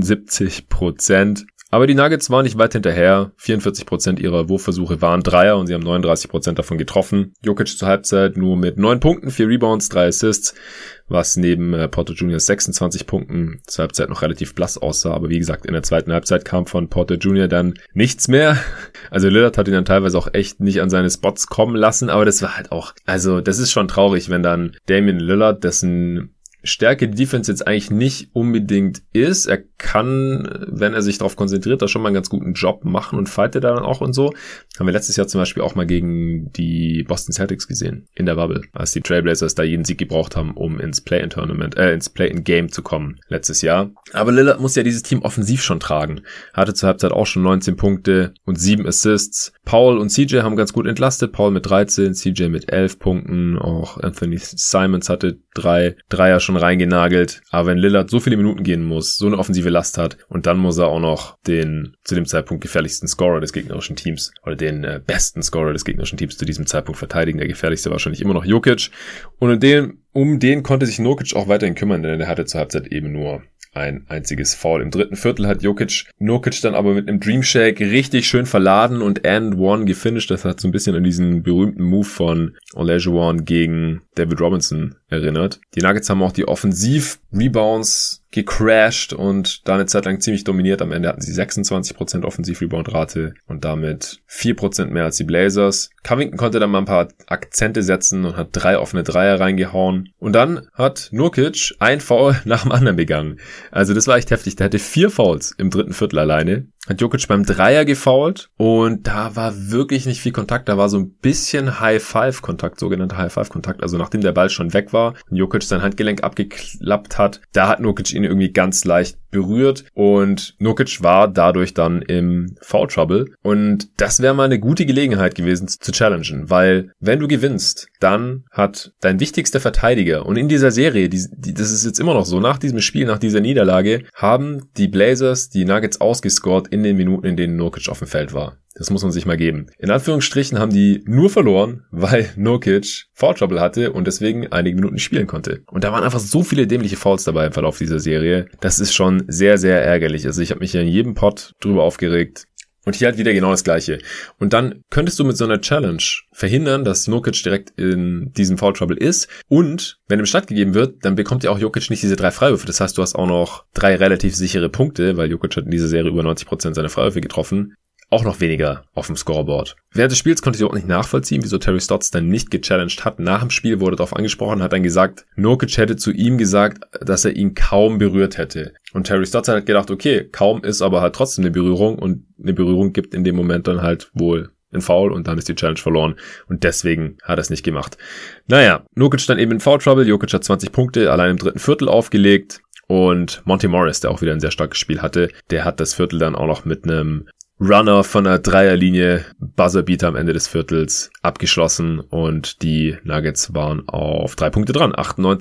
Speaker 1: 75%. Aber die Nuggets waren nicht weit hinterher. 44% ihrer Wurfversuche waren Dreier und sie haben 39% davon getroffen. Jokic zur Halbzeit nur mit 9 Punkten, 4 Rebounds, 3 Assists, was neben Porter Jr. 26 Punkten zur Halbzeit noch relativ blass aussah. Aber wie gesagt, in der zweiten Halbzeit kam von Porter Jr. dann nichts mehr. Also Lillard hat ihn dann teilweise auch echt nicht an seine Spots kommen lassen, aber das war halt auch, also das ist schon traurig, wenn dann Damian Lillard, dessen Stärke die Defense jetzt eigentlich nicht unbedingt ist. Er kann, wenn er sich darauf konzentriert, da schon mal einen ganz guten Job machen und fightet da dann auch und so. Haben wir letztes Jahr zum Beispiel auch mal gegen die Boston Celtics gesehen, in der Bubble, als die Trailblazers da jeden Sieg gebraucht haben, um ins Play-in-Tournament, ins Play-in-Game zu kommen, letztes Jahr. Aber Lillard muss ja dieses Team offensiv schon tragen. Hatte zur Halbzeit auch schon 19 Punkte und 7 Assists. Paul und CJ haben ganz gut entlastet. Paul mit 13, CJ mit 11 Punkten. Auch Anthony Simons hatte 3 Dreier schon reingenagelt. Aber wenn Lillard so viele Minuten gehen muss, so eine offensive Last hat und dann muss er auch noch den zu dem Zeitpunkt gefährlichsten Scorer des gegnerischen Teams oder den besten Scorer des gegnerischen Teams zu diesem Zeitpunkt verteidigen. Der gefährlichste war wahrscheinlich immer noch Jokic. Und um den konnte sich Nurkic auch weiterhin kümmern, denn er hatte zur Halbzeit eben nur ein einziges Foul. Im dritten Viertel hat Nurkic dann aber mit einem Dream Shake richtig schön verladen und and one gefinisht. Das hat so ein bisschen an diesen berühmten Move von Olajuwon gegen David Robinson erinnert. Die Nuggets haben auch die Offensiv-Rebounds gecrashed und da eine Zeit lang ziemlich dominiert. Am Ende hatten sie 26% Offensiv-Rebound-Rate und damit 4% mehr als die Blazers. Covington konnte dann mal ein paar Akzente setzen und hat 3 offene Dreier reingehauen. Und dann hat Nurkic ein Foul nach dem anderen begangen. Also das war echt heftig. Der hatte 4 Fouls im dritten Viertel alleine. Hat Jokic beim Dreier gefoult und da war wirklich nicht viel Kontakt. Da war so ein bisschen High-Five-Kontakt, sogenannter High-Five-Kontakt. Also nachdem der Ball schon weg war und Jokic sein Handgelenk abgeklappt hat, da hat Nurkic ihn irgendwie ganz leicht berührt und Nurkic war dadurch dann im Foul-Trouble. Und das wäre mal eine gute Gelegenheit gewesen zu challengen, weil wenn du gewinnst, dann hat dein wichtigster Verteidiger und in dieser Serie, das ist jetzt immer noch so, nach diesem Spiel, nach dieser Niederlage, haben die Blazers die Nuggets ausgescored in den Minuten, in denen Nurkic auf dem Feld war. Das muss man sich mal geben. In Anführungsstrichen haben die nur verloren, weil Nurkic Foul Trouble hatte und deswegen einige Minuten spielen konnte. Und da waren einfach so viele dämliche Fouls dabei im Verlauf dieser Serie. Das ist schon sehr, sehr ärgerlich. Also ich habe mich ja in jedem Pod drüber aufgeregt. Und hier halt wieder genau das Gleiche. Und dann könntest du mit so einer Challenge verhindern, dass Nurkic direkt in diesem Foul Trouble ist. Und wenn ihm stattgegeben wird, dann bekommt ja auch Jokic nicht diese 3 Freiwürfe. Das heißt, du hast auch noch 3 relativ sichere Punkte, weil Jokic hat in dieser Serie über 90% seiner Freiwürfe getroffen. Auch noch weniger auf dem Scoreboard. Während des Spiels konnte ich auch nicht nachvollziehen, wieso Terry Stotts dann nicht gechallenged hat. Nach dem Spiel wurde darauf angesprochen, hat dann gesagt, Nurkic hätte zu ihm gesagt, dass er ihn kaum berührt hätte. Und Terry Stotts hat gedacht, okay, kaum ist aber halt trotzdem eine Berührung und eine Berührung gibt in dem Moment dann halt wohl ein Foul und dann ist die Challenge verloren und deswegen hat er es nicht gemacht. Naja, Nurkic dann eben in Foul Trouble, Jokic hat 20 Punkte allein im dritten Viertel aufgelegt und Monty Morris, der auch wieder ein sehr starkes Spiel hatte, der hat das Viertel dann auch noch mit einem Runner von der Dreierlinie, Buzzerbeater am Ende des Viertels abgeschlossen und die Nuggets waren auf 3 Punkte dran,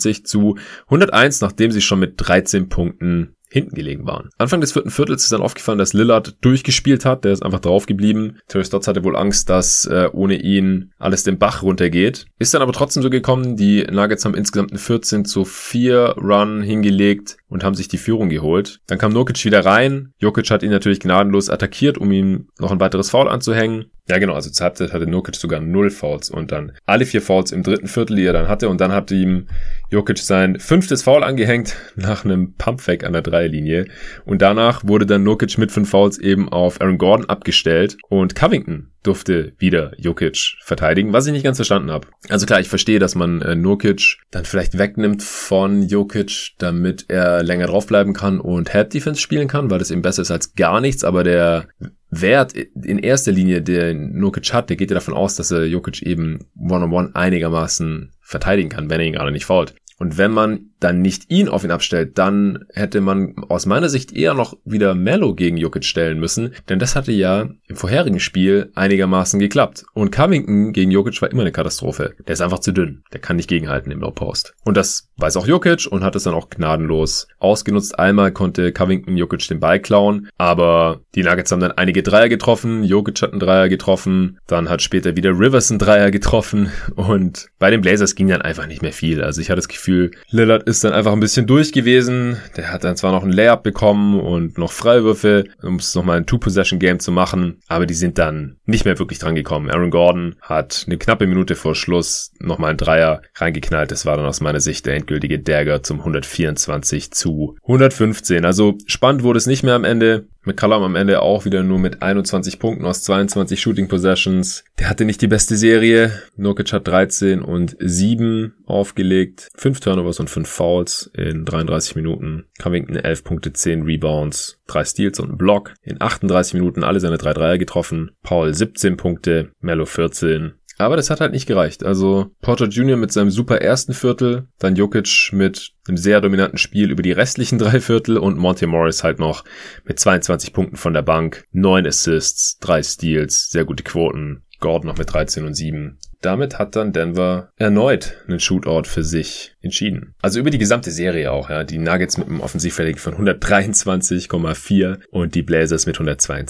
Speaker 1: 98-101, nachdem sie schon mit 13 Punkten hinten gelegen waren. Anfang des vierten Viertels ist dann aufgefallen, dass Lillard durchgespielt hat. Der ist einfach drauf geblieben. Terry Stotts hatte wohl Angst, dass ohne ihn alles den Bach runtergeht. Ist dann aber trotzdem so gekommen. Die Nuggets haben insgesamt einen 14-4 Run hingelegt und haben sich die Führung geholt. Dann kam Nurkic wieder rein. Jokic hat ihn natürlich gnadenlos attackiert, um ihm noch ein weiteres Foul anzuhängen. Ja genau, also zur Halbzeit hatte Nurkic sogar 0 Fouls und dann alle 4 Fouls im dritten Viertel, die er dann hatte. Und dann hat ihm Jokic sein 5. Foul angehängt nach einem Pumpfake an der Dreierlinie. Und danach wurde dann Nurkic mit 5 Fouls eben auf Aaron Gordon abgestellt. Und Covington durfte wieder Jokic verteidigen, was ich nicht ganz verstanden habe. Also klar, ich verstehe, dass man Nurkic dann vielleicht wegnimmt von Jokic, damit er länger draufbleiben kann und Help-Defense spielen kann, weil das eben besser ist als gar nichts. Aber der Wert in erster Linie, der Nurkic hat, der geht ja davon aus, dass er Jokic eben One-on-One einigermaßen verteidigen kann, wenn er ihn gerade nicht foult. Und wenn man dann nicht ihn auf ihn abstellt, dann hätte man aus meiner Sicht eher noch wieder Melo gegen Jokic stellen müssen, denn das hatte ja im vorherigen Spiel einigermaßen geklappt. Und Covington gegen Jokic war immer eine Katastrophe. Der ist einfach zu dünn. Der kann nicht gegenhalten im Low Post. Und das weiß auch Jokic und hat es dann auch gnadenlos ausgenutzt. Einmal konnte Covington Jokic den Ball klauen, aber die Nuggets haben dann einige Dreier getroffen. Jokic hat einen Dreier getroffen. Dann hat später wieder Rivers einen Dreier getroffen. Und bei den Blazers ging dann einfach nicht mehr viel. Also ich hatte das Gefühl, Lillard ist dann einfach ein bisschen durch gewesen. Der hat dann zwar noch ein Layup bekommen und noch Freiwürfe, um es nochmal ein Two-Possession-Game zu machen, aber die sind dann nicht mehr wirklich dran gekommen. Aaron Gordon hat eine knappe Minute vor Schluss nochmal einen Dreier reingeknallt. Das war dann aus meiner Sicht der endgültige Dagger zum 124-115. Also spannend wurde es nicht mehr am Ende. McCollum am Ende auch wieder nur mit 21 Punkten aus 22 Shooting Possessions. Der hatte nicht die beste Serie. Nurkic hat 13 und 7 aufgelegt. 5 Turnovers und 5 Fouls in 33 Minuten. Covington 11 Punkte, 10 Rebounds, 3 Steals und ein Block. In 38 Minuten alle seine 3 Dreier getroffen. Paul 17 Punkte, Melo 14. Aber das hat halt nicht gereicht. Also Porter Jr. mit seinem super ersten Viertel, dann Jokic mit einem sehr dominanten Spiel über die restlichen 3 Viertel und Monty Morris halt noch mit 22 Punkten von der Bank, 9 Assists, 3 Steals, sehr gute Quoten. Gordon noch mit 13 und 7. Damit hat dann Denver erneut einen Shootout für sich entschieden. Also über die gesamte Serie auch, ja. Die Nuggets mit einem Offensivrating von 123,4 und die Blazers mit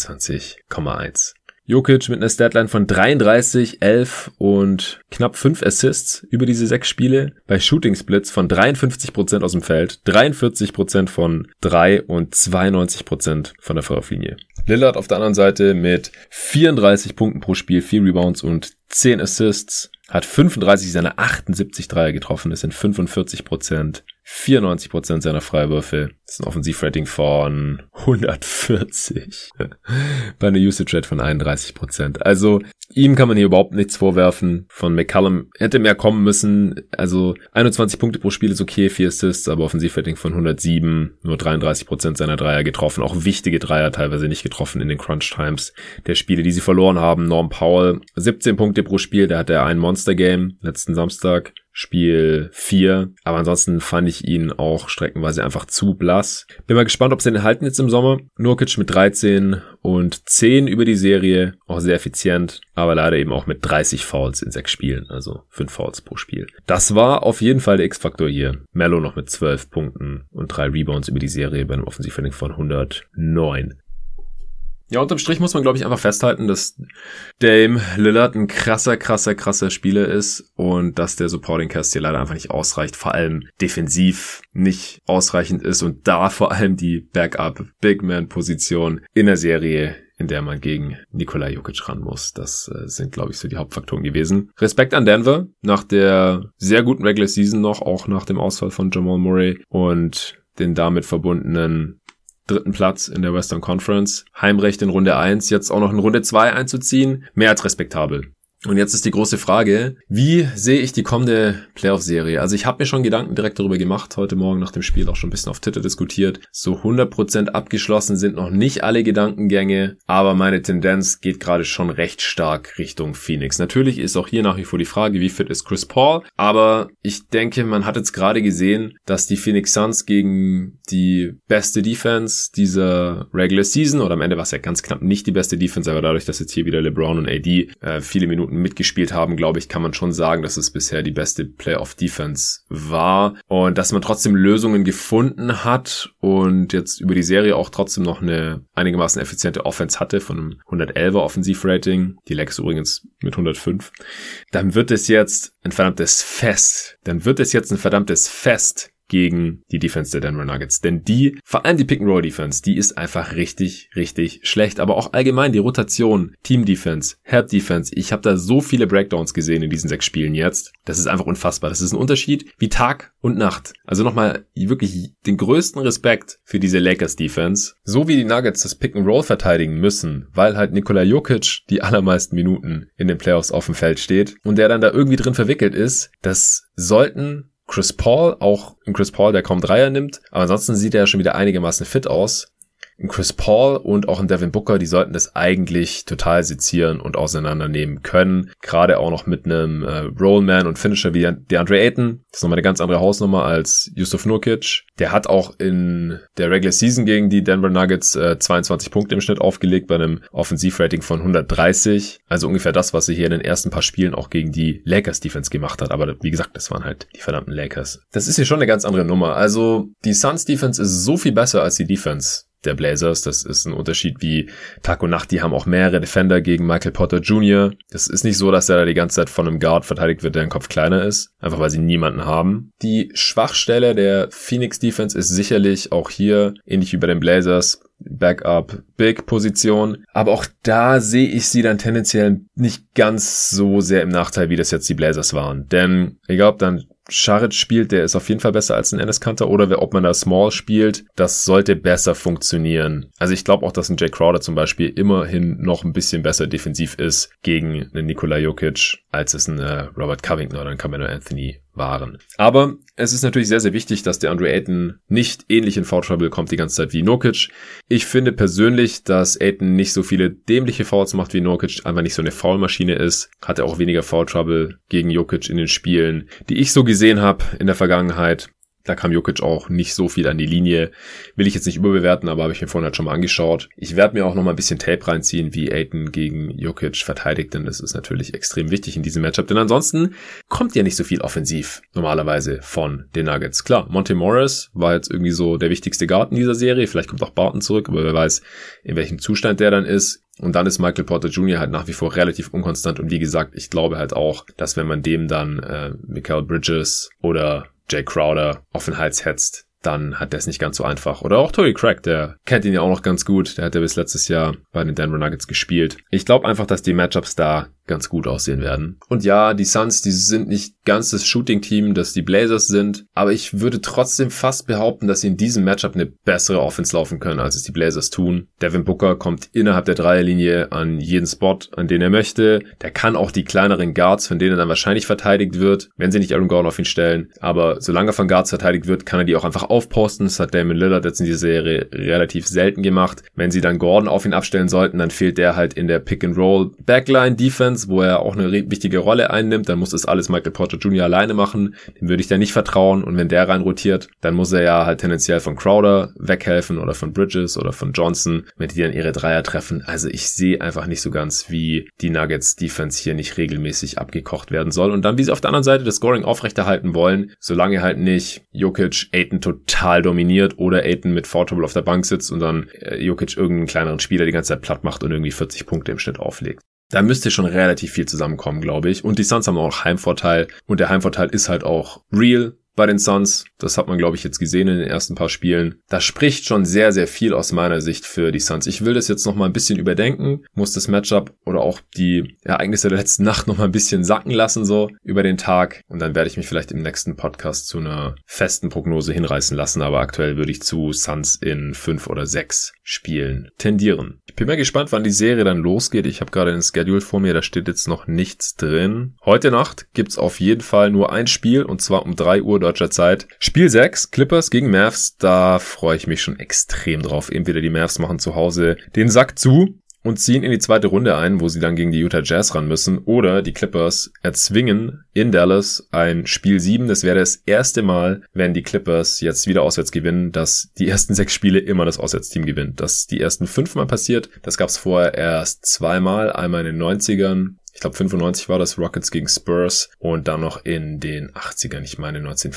Speaker 1: 122,1. Jokic mit einer Statline von 33, 11 und knapp 5 Assists über diese 6 Spiele. Bei Shooting Splits von 53% aus dem Feld, 43% von 3 und 92% von der Freiwurflinie. Lillard auf der anderen Seite mit 34 Punkten pro Spiel, 4 Rebounds und 10 Assists. hat 35 seiner 78 Dreier getroffen, das sind 45%. 94% seiner Freiwürfe. Das ist ein Offensivrating von 140. Bei einer Usage Rate von 31%. Also ihm kann man hier überhaupt nichts vorwerfen. Von McCollum hätte mehr kommen müssen. Also 21 Punkte pro Spiel ist okay, 4 Assists, aber Offensivrating von 107. Nur 33% seiner Dreier getroffen. Auch wichtige Dreier teilweise nicht getroffen in den Crunch Times der Spiele, die sie verloren haben. Norm Powell 17 Punkte pro Spiel. Da hatte er ein Monster Game letzten Samstag. Spiel 4, aber ansonsten fand ich ihn auch streckenweise einfach zu blass. Bin mal gespannt, ob sie den halten jetzt im Sommer. Nurkic mit 13 und 10 über die Serie, auch sehr effizient, aber leider eben auch mit 30 Fouls in 6 Spielen, also 5 Fouls pro Spiel. Das war auf jeden Fall der X-Faktor hier. Melo noch mit 12 Punkten und 3 Rebounds über die Serie bei einem Offensivrating von 109. Ja, unterm Strich muss man, glaube ich, einfach festhalten, dass Dame Lillard ein krasser Spieler ist und dass der Supporting Cast hier leider einfach nicht ausreicht, vor allem defensiv nicht ausreichend ist und da vor allem die Backup-Big-Man-Position in der Serie, in der man gegen Nikola Jokic ran muss. Das sind, glaube ich, so die Hauptfaktoren gewesen. Respekt an Denver nach der sehr guten Regular Season noch, auch nach dem Ausfall von Jamal Murray und den damit verbundenen 3. Platz in der Western Conference. Heimrecht in Runde 1, jetzt auch noch in Runde 2 einzuziehen. Mehr als respektabel. Und jetzt ist die große Frage, wie sehe ich die kommende Playoff-Serie? Also ich habe mir schon Gedanken direkt darüber gemacht, heute Morgen nach dem Spiel auch schon ein bisschen auf Twitter diskutiert. So 100% abgeschlossen sind noch nicht alle Gedankengänge, aber meine Tendenz geht gerade schon recht stark Richtung Phoenix. Natürlich ist auch hier nach wie vor die Frage, wie fit ist Chris Paul, aber ich denke, man hat jetzt gerade gesehen, dass die Phoenix Suns gegen die beste Defense dieser Regular Season, oder am Ende war es ja ganz knapp nicht die beste Defense, aber dadurch, dass jetzt hier wieder LeBron und AD viele Minuten mitgespielt haben, glaube ich, kann man schon sagen, dass es bisher die beste Playoff-Defense war und dass man trotzdem Lösungen gefunden hat und jetzt über die Serie auch trotzdem noch eine einigermaßen effiziente Offense hatte von einem 111er Offensivrating, die Lakers übrigens mit 105, dann wird es jetzt ein verdammtes Fest gegen die Defense der Denver Nuggets. Denn die, vor allem die Pick-and-Roll-Defense, die ist einfach richtig schlecht. Aber auch allgemein die Rotation, Team-Defense, Help-Defense. Ich habe da so viele Breakdowns gesehen in diesen 6 Spielen jetzt. Das ist einfach unfassbar. Das ist ein Unterschied wie Tag und Nacht. Also nochmal wirklich den größten Respekt für diese Lakers-Defense. So wie die Nuggets das Pick-and-Roll verteidigen müssen, weil halt Nikola Jokic die allermeisten Minuten in den Playoffs auf dem Feld steht und der dann da irgendwie drin verwickelt ist, das sollten Chris Paul, auch ein Chris Paul, der kaum Dreier nimmt, aber ansonsten sieht er ja schon wieder einigermaßen fit aus. Ein Chris Paul und auch ein Devin Booker, die sollten das eigentlich total sezieren und auseinandernehmen können. Gerade auch noch mit einem Rollman und Finisher wie DeAndre Ayton. Das ist nochmal eine ganz andere Hausnummer als Jusuf Nurkic. Der hat auch in der Regular Season gegen die Denver Nuggets 22 Punkte im Schnitt aufgelegt bei einem Offensivrating von 130. Also ungefähr das, was er hier in den ersten paar Spielen auch gegen die Lakers Defense gemacht hat. Aber wie gesagt, das waren halt die verdammten Lakers. Das ist hier schon eine ganz andere Nummer. Also die Suns Defense ist so viel besser als die Defense der Blazers. Das ist ein Unterschied wie Tag und Nacht. Die haben auch mehrere Defender gegen Michael Porter Jr. Das ist nicht so, dass er da die ganze Zeit von einem Guard verteidigt wird, der ein Kopf kleiner ist. Einfach weil sie niemanden haben. Die Schwachstelle der Phoenix Defense ist sicherlich auch hier, ähnlich wie bei den Blazers, Backup-Big-Position. Aber auch da sehe ich sie dann tendenziell nicht ganz so sehr im Nachteil, wie das jetzt die Blazers waren. Denn egal, ob dann Šarić spielt, der ist auf jeden Fall besser als ein Enes Kanter, oder ob man da Small spielt, das sollte besser funktionieren. Also ich glaube auch, dass ein Jay Crowder zum Beispiel immerhin noch ein bisschen besser defensiv ist gegen einen Nikola Jokic, als es ein Robert Covington oder ein Carmelo Anthony waren. Aber es ist natürlich sehr wichtig, dass der DeAndre Ayton nicht ähnlich in Foul Trouble kommt die ganze Zeit wie Nurkic. Ich finde persönlich, dass Ayton nicht so viele dämliche Fouls macht wie Nurkic, einfach nicht so eine Foulmaschine ist. Hatte auch weniger Foul Trouble gegen Jokic in den Spielen, die ich so gesehen habe in der Vergangenheit. Da kam Jokic auch nicht so viel an die Linie. Will ich jetzt nicht überbewerten, aber habe ich mir vorhin halt schon mal angeschaut. Ich werde mir auch noch mal ein bisschen Tape reinziehen, wie Ayton gegen Jokic verteidigt, denn das ist natürlich extrem wichtig in diesem Matchup. Denn ansonsten kommt ja nicht so viel offensiv normalerweise von den Nuggets. Klar, Monte Morris war jetzt irgendwie so der wichtigste Guard in dieser Serie. Vielleicht kommt auch Barton zurück, aber wer weiß, in welchem Zustand der dann ist. Und dann ist Michael Porter Jr. halt nach wie vor relativ unkonstant. Und wie gesagt, ich glaube halt auch, dass wenn man dem dann Mikal Bridges oder Jay Crowder auf den Hals hetzt, dann hat der es nicht ganz so einfach. Oder auch Torrey Craig, der kennt ihn ja auch noch ganz gut. Der hat ja bis letztes Jahr bei den Denver Nuggets gespielt. Ich glaube einfach, dass die Matchups da ganz gut aussehen werden. Und ja, die Suns, die sind nicht ganz das Shooting-Team, das die Blazers sind, aber ich würde trotzdem fast behaupten, dass sie in diesem Matchup eine bessere Offense laufen können, als es die Blazers tun. Devin Booker kommt innerhalb der Dreierlinie an jeden Spot, an den er möchte. Der kann auch die kleineren Guards, von denen er dann wahrscheinlich verteidigt wird, wenn sie nicht Aaron Gordon auf ihn stellen. Aber solange er von Guards verteidigt wird, kann er die auch einfach aufposten. Das hat Damian Lillard jetzt in dieser Serie relativ selten gemacht. Wenn sie dann Gordon auf ihn abstellen sollten, dann fehlt der halt in der Pick-and-Roll-Backline-Defense, wo er auch eine wichtige Rolle einnimmt, dann muss das alles Michael Porter Jr. alleine machen. Dem würde ich da nicht vertrauen. Und wenn der rein rotiert, dann muss er ja halt tendenziell von Crowder weghelfen oder von Bridges oder von Johnson, wenn die dann ihre Dreier treffen. Also ich sehe einfach nicht so ganz, wie die Nuggets Defense hier nicht regelmäßig abgekocht werden soll. Und dann, wie sie auf der anderen Seite das Scoring aufrechterhalten wollen, solange halt nicht Jokic Ayton total dominiert oder Ayton mit Foul Trouble auf der Bank sitzt und dann Jokic irgendeinen kleineren Spieler die ganze Zeit platt macht und irgendwie 40 Punkte im Schnitt auflegt. Da müsste schon relativ viel zusammenkommen, glaube ich. Und die Suns haben auch Heimvorteil. Und der Heimvorteil ist halt auch real bei den Suns. Das hat man, glaube ich, jetzt gesehen in den ersten paar Spielen. Da spricht schon sehr, sehr viel aus meiner Sicht für die Suns. Ich will das jetzt noch mal ein bisschen überdenken, muss das Matchup oder auch die Ereignisse der letzten Nacht noch mal ein bisschen sacken lassen, so über den Tag. Und dann werde ich mich vielleicht im nächsten Podcast zu einer festen Prognose hinreißen lassen. Aber aktuell würde ich zu Suns in 5 oder 6 Spielen tendieren. Ich bin mal gespannt, wann die Serie dann losgeht. Ich habe gerade den Schedule vor mir, da steht jetzt noch nichts drin. Heute Nacht gibt's auf jeden Fall nur ein Spiel und zwar um 3 Uhr deutscher Zeit. Spiel 6, Clippers gegen Mavs, da freue ich mich schon extrem drauf. Entweder die Mavs machen zu Hause den Sack zu und ziehen in die zweite Runde ein, wo sie dann gegen die Utah Jazz ran müssen, oder die Clippers erzwingen in Dallas ein Spiel 7. Das wäre das erste Mal, wenn die Clippers jetzt wieder auswärts gewinnen, dass die ersten 6 Spiele immer das Auswärtsteam gewinnt. Das die ersten 5 Mal passiert. Das gab es vorher erst 2-mal, einmal in den 90ern. Ich glaube 95 war das, Rockets gegen Spurs, und dann noch in den 80ern, ich meine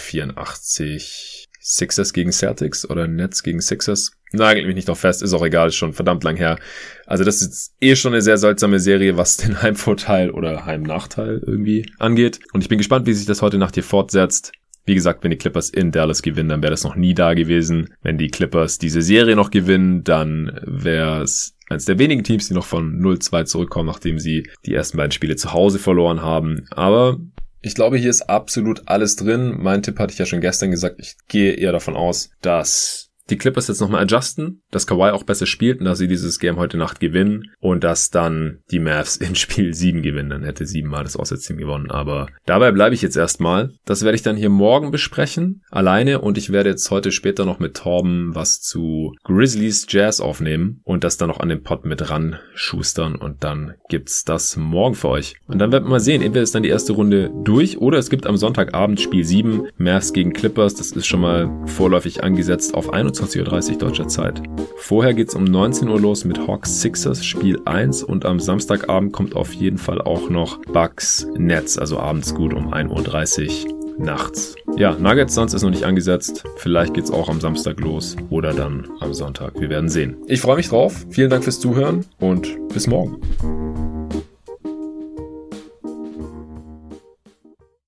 Speaker 1: 1984 Sixers gegen Celtics oder Nets gegen Sixers. Nagelt mich nicht noch fest, ist auch egal, ist schon verdammt lang her. Also das ist schon eine sehr seltsame Serie, was den Heimvorteil oder Heimnachteil irgendwie angeht. Und ich bin gespannt, wie sich das heute Nacht hier fortsetzt. Wie gesagt, wenn die Clippers in Dallas gewinnen, dann wäre das noch nie da gewesen. Wenn die Clippers diese Serie noch gewinnen, dann wäre es eines der wenigen Teams, die noch von 0-2 zurückkommen, nachdem sie die ersten beiden Spiele zu Hause verloren haben. Aber ich glaube, hier ist absolut alles drin. Mein Tipp hatte ich ja schon gestern gesagt. Ich gehe eher davon aus, dass die Clippers jetzt nochmal adjusten, dass Kawhi auch besser spielt und dass sie dieses Game heute Nacht gewinnen und dass dann die Mavs in Spiel 7 gewinnen. Dann hätte 7-mal das Auswärtsteam gewonnen. Aber dabei bleibe ich jetzt erstmal. Das werde ich dann hier morgen besprechen, alleine, und ich werde jetzt heute später noch mit Torben was zu Grizzlies Jazz aufnehmen und das dann noch an den Pod mit ran schustern, und dann gibt's das morgen für euch. Und dann werden wir mal sehen, entweder ist dann die erste Runde durch oder es gibt am Sonntagabend Spiel 7, Mavs gegen Clippers. Das ist schon mal vorläufig angesetzt auf 21:30 Uhr deutscher Zeit. Vorher geht's um 19 Uhr los mit Hawks Sixers Spiel 1, und am Samstagabend kommt auf jeden Fall auch noch Bucks Nets, also abends gut um 1:30 Uhr nachts. Ja, Nuggets Suns ist noch nicht angesetzt. Vielleicht geht's auch am Samstag los oder dann am Sonntag. Wir werden sehen. Ich freue mich drauf. Vielen Dank fürs Zuhören und bis morgen.